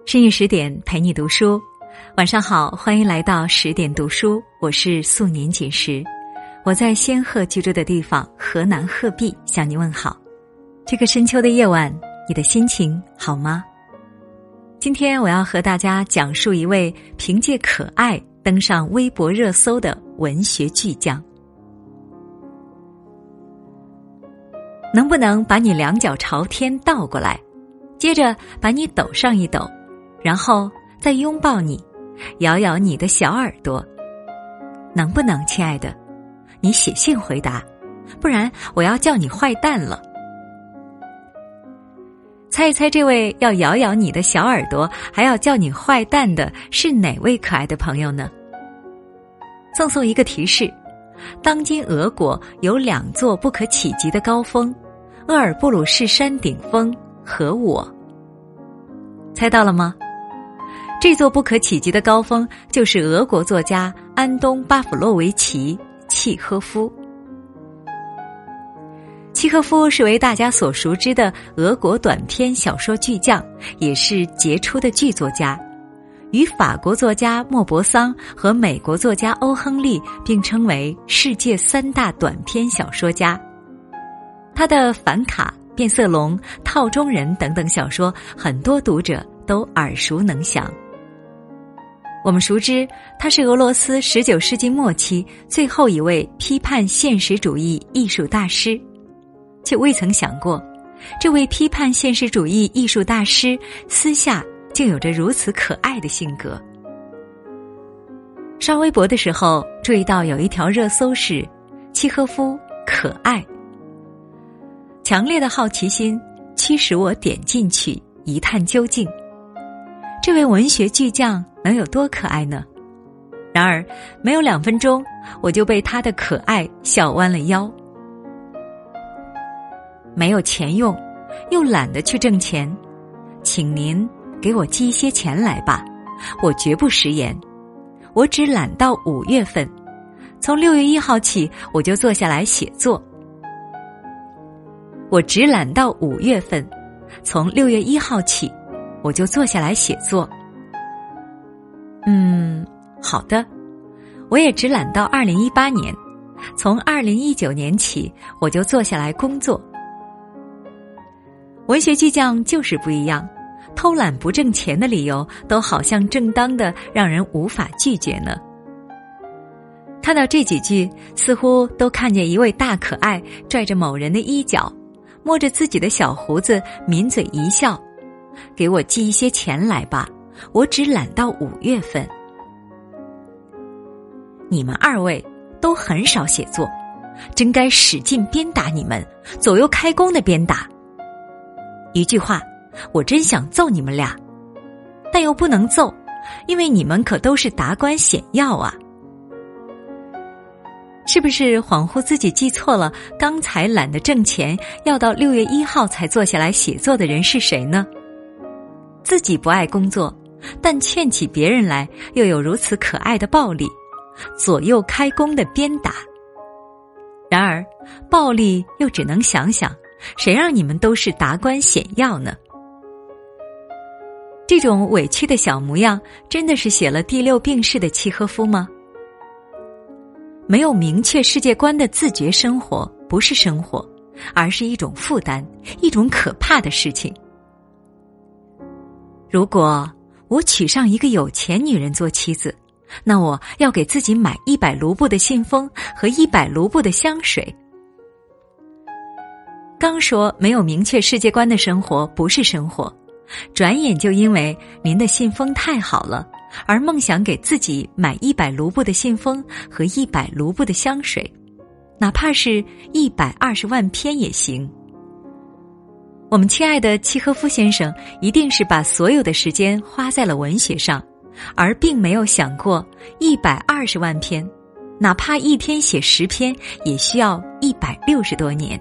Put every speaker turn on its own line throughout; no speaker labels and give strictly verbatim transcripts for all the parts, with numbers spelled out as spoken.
深夜十点陪你读书，晚上好，欢迎来到十点读书，我是素年锦时，我在仙鹤居住的地方河南鹤壁向你问好。这个深秋的夜晚，你的心情好吗？今天我要和大家讲述一位凭借可爱登上微博热搜的文学巨匠。能不能把你两脚朝天倒过来，接着把你抖上一抖，然后再拥抱你，摇摇你的小耳朵？能不能，亲爱的？你写信回答，不然我要叫你坏蛋了。猜一猜，这位要摇摇你的小耳朵还要叫你坏蛋的是哪位可爱的朋友呢？赠送一个提示，当今俄国有两座不可企及的高峰，鄂尔布鲁士山顶峰和我。猜到了吗？这座不可企及的高峰就是俄国作家安东·巴甫洛维奇·契诃夫。契诃夫是为大家所熟知的俄国短篇小说巨匠，也是杰出的剧作家，与法国作家莫泊桑和美国作家欧亨利并称为世界三大短篇小说家。他的《反卡》《变色龙》《套中人》等等小说，很多读者都耳熟能详。我们熟知他是俄罗斯十九世纪末期最后一位批判现实主义艺术大师，却未曾想过，这位批判现实主义艺术大师私下竟有着如此可爱的性格。刷微博的时候，注意到有一条热搜是契诃夫可爱。强烈的好奇心驱使我点进去一探究竟，这位文学巨匠能有多可爱呢？然而没有两分钟，我就被他的可爱笑弯了腰。没有钱用，又懒得去挣钱，请您给我寄一些钱来吧，我绝不食言。我只懒到五月份，从六月一号起我就坐下来写作。我只懒到五月份，从六月一号起我就坐下来写作。嗯，好的，我也只懒到二零一八年，从二零一九年起我就坐下来工作。文学巨匠就是不一样，偷懒不挣钱的理由都好像正当的让人无法拒绝呢。看到这几句，似乎都看见一位大可爱拽着某人的衣角，摸着自己的小胡子，抿嘴一笑，给我寄一些钱来吧，我只懒到五月份。你们二位都很少写作，真该使劲鞭打你们，左右开弓的鞭打。一句话，我真想揍你们俩，但又不能揍，因为你们可都是达官显要啊。是不是恍惚自己记错了，刚才懒得挣钱，要到六月一号才坐下来写作的人是谁呢？自己不爱工作，但劝起别人来又有如此可爱的暴力，左右开弓的鞭打。然而暴力又只能想想，谁让你们都是达官显要呢？这种委屈的小模样，真的是写了第六病逝的契诃夫吗？没有明确世界观的自觉生活不是生活，而是一种负担，一种可怕的事情。如果我娶上一个有钱女人做妻子，那我要给自己买一百卢布的信封和一百卢布的香水。刚说没有明确世界观的生活不是生活，转眼就因为您的信封太好了，而梦想给自己买一百卢布的信封和一百卢布的香水，哪怕是一百二十万篇也行。我们亲爱的契诃夫先生一定是把所有的时间花在了文学上，而并没有想过一百二十万篇，哪怕一天写十篇也需要一百六十多年。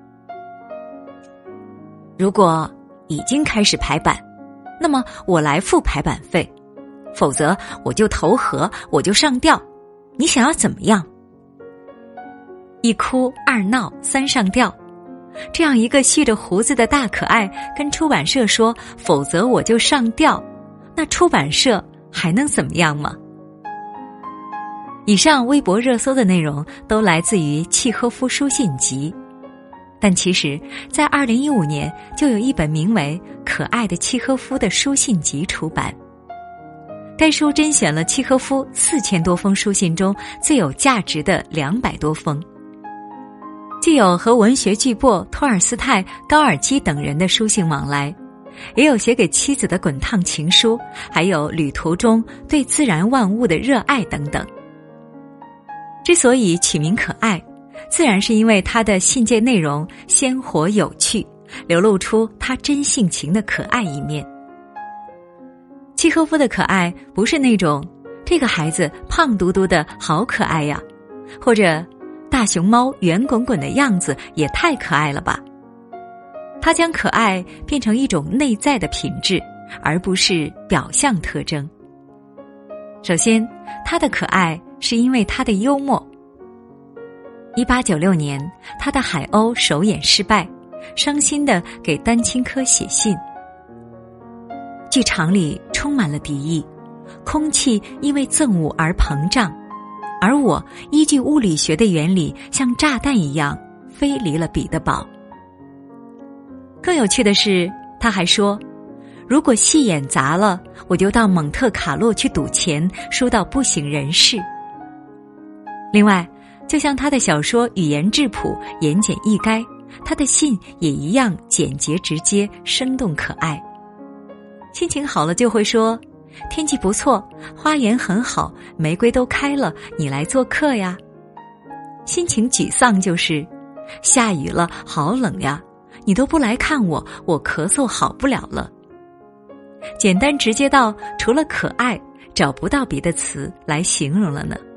如果已经开始排版，那么我来付排版费，否则我就投河，我就上吊，你想要怎么样？一哭二闹三上吊，这样一个蓄着胡子的大可爱跟出版社说否则我就上吊， 那出版社还能怎么样吗？以上微博热搜的内容都来自于契诃夫书信集，但其实在二零一五年就有一本名为《可爱的契诃夫》的书信集出版。该书甄选了契诃夫四千多封书信中最有价值的两百多封，既有和文学巨擘托尔斯泰、高尔基等人的书信往来，也有写给妻子的滚烫情书，还有旅途中对自然万物的热爱等等。之所以取名可爱，自然是因为他的信件内容鲜活有趣，流露出他真性情的可爱一面。契诃夫的可爱不是那种这个孩子胖嘟嘟的好可爱呀，或者大熊猫圆滚滚的样子也太可爱了吧。他将可爱变成一种内在的品质，而不是表象特征。首先，他的可爱是因为他的幽默。一八九六年，他的海鸥首演失败，伤心地给丹青科写信。剧场里充满了敌意，空气因为憎恶而膨胀，而我依据物理学的原理，像炸弹一样飞离了彼得堡。更有趣的是，他还说，如果戏演砸了，我就到蒙特卡洛去赌钱，输到不省人事。另外，就像他的小说语言质朴、言简意赅，他的信也一样简洁直接、生动可爱。心情好了就会说，天气不错，花园很好，玫瑰都开了，你来做客呀。心情沮丧就是下雨了，好冷呀，你都不来看我，我咳嗽好不了了。简单直接到除了可爱找不到别的词来形容了呢。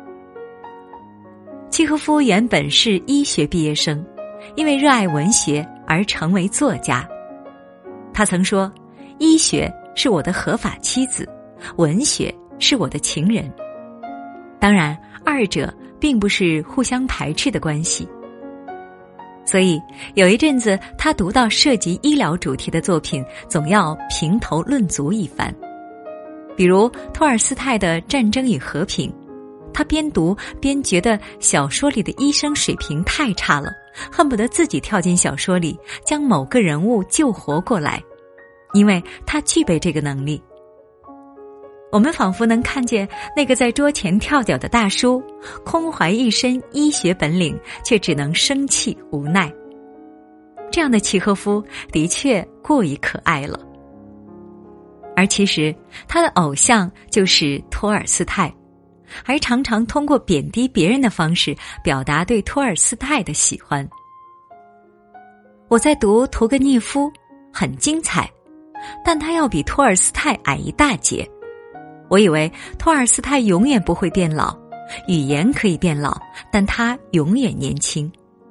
契诃夫原本是医学毕业生，因为热爱文学而成为作家。他曾说，医学是我的合法妻子，文学是我的情人。当然，二者并不是互相排斥的关系。所以有一阵子他读到涉及医疗主题的作品，总要评头论足一番。比如托尔斯泰的《战争与和平》，他边读边觉得小说里的医生水平太差了，恨不得自己跳进小说里将某个人物救活过来，因为他具备这个能力。我们仿佛能看见那个在桌前跳脚的大叔，空怀一身医学本领，却只能生气无奈。这样的契诃夫的确过于可爱了。而其实他的偶像就是托尔斯泰，还常常通过贬低别人的方式表达对托尔斯泰的喜欢。我在读屠格涅夫，很精彩，但他要比托尔斯泰矮一大截。我以为托尔斯泰永远不会变老，语言可以变老，但他永远年轻。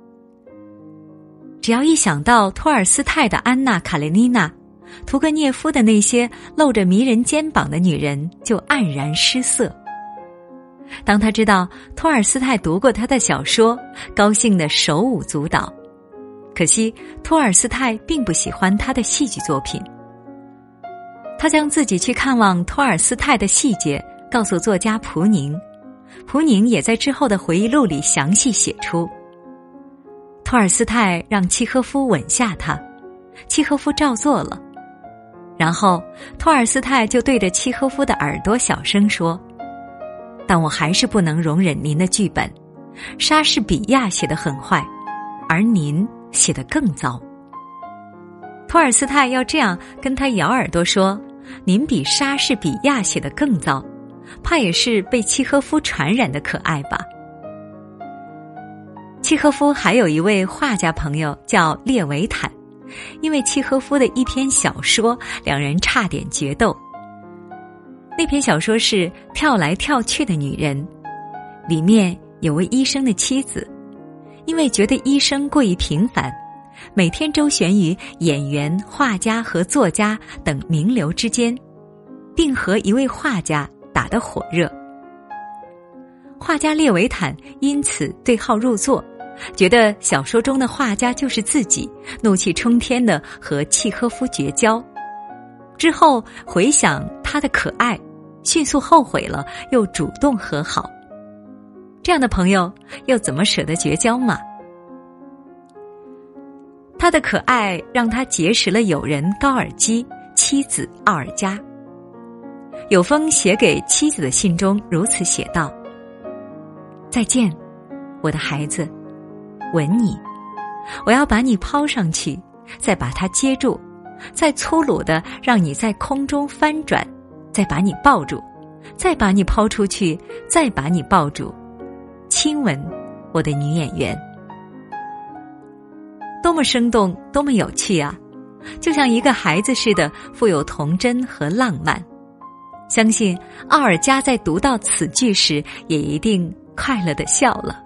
只要一想到托尔斯泰的安娜·卡列尼娜，屠格涅夫的那些露着迷人肩膀的女人就黯然失色。当他知道托尔斯泰读过他的小说，高兴得手舞足蹈。可惜托尔斯泰并不喜欢他的戏剧作品。他将自己去看望托尔斯泰的细节告诉作家普宁，普宁也在之后的回忆录里详细写出。托尔斯泰让契诃夫吻下他，契诃夫照做了。然后托尔斯泰就对着契诃夫的耳朵小声说，但我还是不能容忍您的剧本，莎士比亚写得很坏，而您写得更糟。托尔斯泰要这样跟他咬耳朵说，您比莎士比亚写得更糟，怕也是被契诃夫传染的可爱吧。契诃夫还有一位画家朋友叫列维坦，因为契诃夫的一篇小说，两人差点决斗。那篇小说是《跳来跳去的女人》，里面有位医生的妻子，因为觉得医生过于平凡，每天周旋于演员、画家和作家等名流之间，并和一位画家打得火热。画家列维坦因此对号入座，觉得小说中的画家就是自己，怒气冲天地和契诃夫绝交。之后回想他他的可爱，迅速后悔了，又主动和好。这样的朋友又怎么舍得绝交嘛？他的可爱让他结识了友人高尔基，妻子奥尔加。有封写给妻子的信中如此写道：再见，我的孩子，吻你，我要把你抛上去，再把它接住，再粗鲁地让你在空中翻转，再把你抱住，再把你抛出去，再把你抱住，亲吻我的女演员。多么生动，多么有趣啊，就像一个孩子似的，富有童真和浪漫。相信奥尔加在读到此句时也一定快乐地笑了。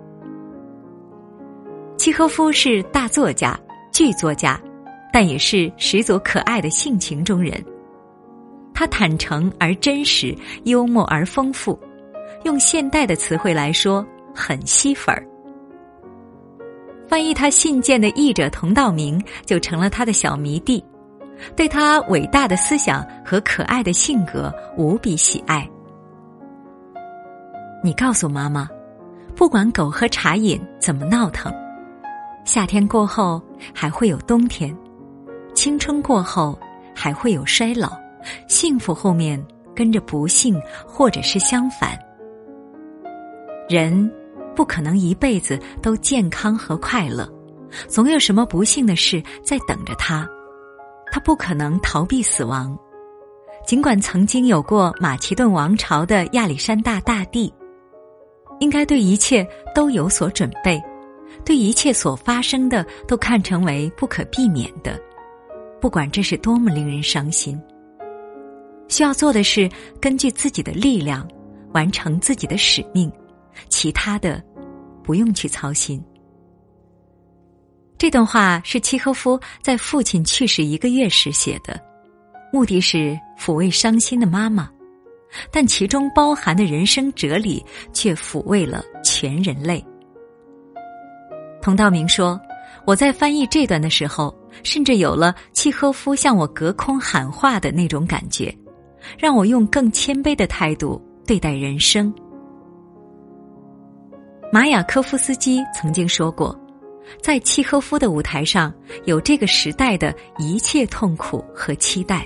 契诃夫是大作家、剧作家，但也是十足可爱的性情中人。他坦诚而真实，幽默而丰富，用现代的词汇来说，很吸粉儿。翻译他信件的译者童道明就成了他的小迷弟，对他伟大的思想和可爱的性格无比喜爱。你告诉妈妈，不管狗和茶饮怎么闹腾，夏天过后还会有冬天，青春过后还会有衰老，幸福后面跟着不幸，或者是相反。人不可能一辈子都健康和快乐，总有什么不幸的事在等着他。他不可能逃避死亡，尽管曾经有过马其顿王朝的亚历山大大帝，应该对一切都有所准备，对一切所发生的都看成为不可避免的，不管这是多么令人伤心。需要做的是根据自己的力量完成自己的使命，其他的不用去操心。这段话是契诃夫在父亲去世一个月时写的，目的是抚慰伤心的妈妈，但其中包含的人生哲理却抚慰了全人类。童道明说，我在翻译这段的时候，甚至有了契诃夫向我隔空喊话的那种感觉，让我用更谦卑的态度对待人生。马雅科夫斯基曾经说过，在契诃夫的舞台上有这个时代的一切痛苦和期待。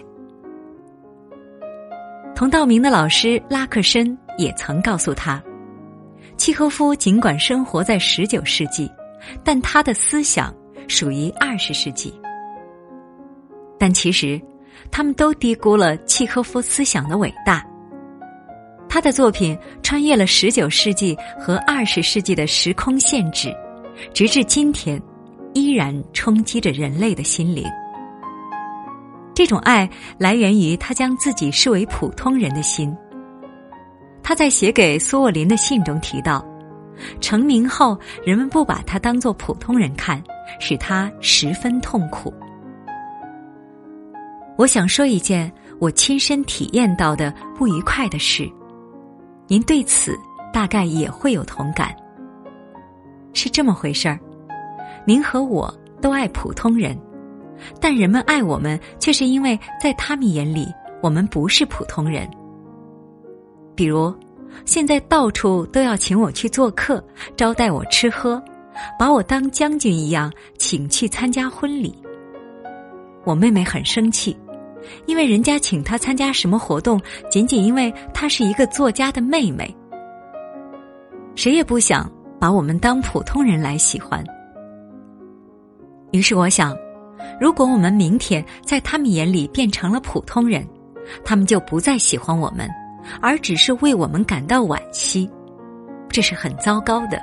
童道明的老师拉克申也曾告诉他，契诃夫尽管生活在十九世纪，但他的思想属于二十世纪。但其实他们都低估了契诃夫思想的伟大。他的作品穿越了十九世纪和二十世纪的时空限制，直至今天依然冲击着人类的心灵。这种爱来源于他将自己视为普通人的心。他在写给苏沃林的信中提到，成名后人们不把他当作普通人看，使他十分痛苦。我想说一件我亲身体验到的不愉快的事，您对此大概也会有同感。是这么回事儿，您和我都爱普通人，但人们爱我们却是因为在他们眼里我们不是普通人。比如现在到处都要请我去做客，招待我吃喝，把我当将军一样请去参加婚礼。我妹妹很生气，因为人家请她参加什么活动，仅仅因为她是一个作家的妹妹。谁也不想把我们当普通人来喜欢。于是我想，如果我们明天在他们眼里变成了普通人，他们就不再喜欢我们，而只是为我们感到惋惜，这是很糟糕的。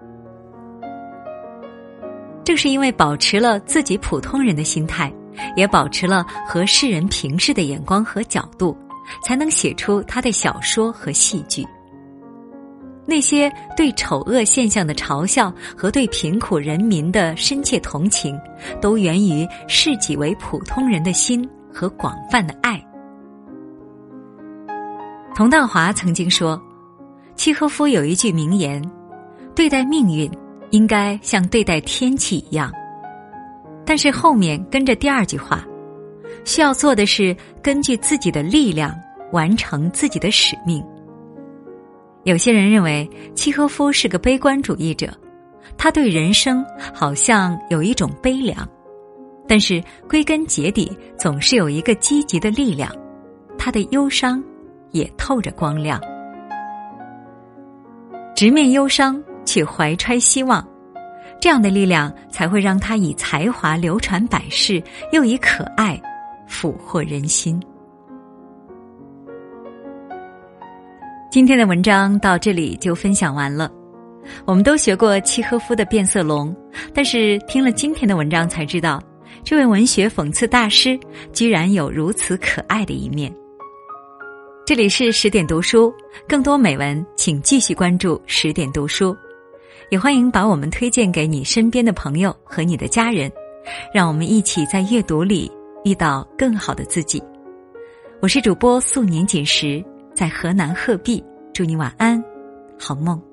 正是因为保持了自己普通人的心态，也保持了和世人平视的眼光和角度，才能写出他的小说和戏剧。那些对丑恶现象的嘲笑和对贫苦人民的深切同情，都源于视己为普通人的心和广泛的爱。佟道华曾经说，契诃夫有一句名言，对待命运应该像对待天气一样。但是后面跟着第二句话，需要做的是根据自己的力量完成自己的使命。有些人认为契诃夫是个悲观主义者，他对人生好像有一种悲凉，但是归根结底总是有一个积极的力量，他的忧伤也透着光亮。直面忧伤却怀揣希望，这样的力量才会让他以才华流传百世，又以可爱俘获人心。今天的文章到这里就分享完了。我们都学过契诃夫的变色龙，但是听了今天的文章才知道，这位文学讽刺大师居然有如此可爱的一面。这里是十点读书，更多美文请继续关注十点读书，也欢迎把我们推荐给你身边的朋友和你的家人，让我们一起在阅读里遇到更好的自己。我是主播素年锦时，在河南鹤壁，祝你晚安，好梦。